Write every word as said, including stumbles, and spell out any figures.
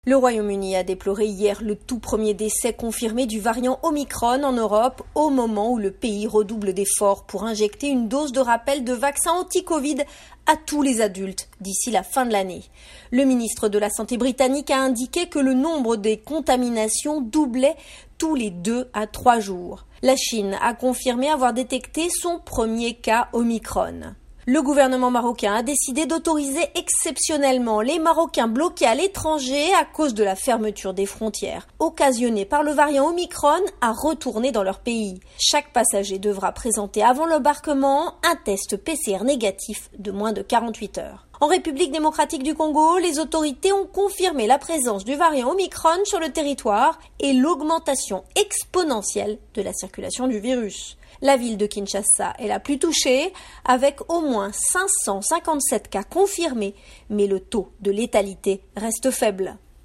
Le Royaume-Uni a déploré hier le tout premier décès confirmé du variant Omicron en Europe au moment où le pays redouble d'efforts pour injecter une dose de rappel de vaccin anti-Covid à tous les adultes d'ici la fin de l'année. Le ministre de la Santé britannique a indiqué que le nombre des contaminations doublait tous les deux à trois jours. La Chine a confirmé avoir détecté son premier cas Omicron. Le gouvernement marocain a décidé d'autoriser exceptionnellement les Marocains bloqués à l'étranger à cause de la fermeture des frontières occasionnée par le variant Omicron à retourner dans leur pays. Chaque passager devra présenter avant l'embarquement un test P C R négatif de moins de quarante-huit heures. En République démocratique du Congo, les autorités ont confirmé la présence du variant Omicron sur le territoire et l'augmentation exponentielle de la circulation du virus. La ville de Kinshasa est la plus touchée, avec au moins cinq cent cinquante-sept cas confirmés, mais le taux de létalité reste faible.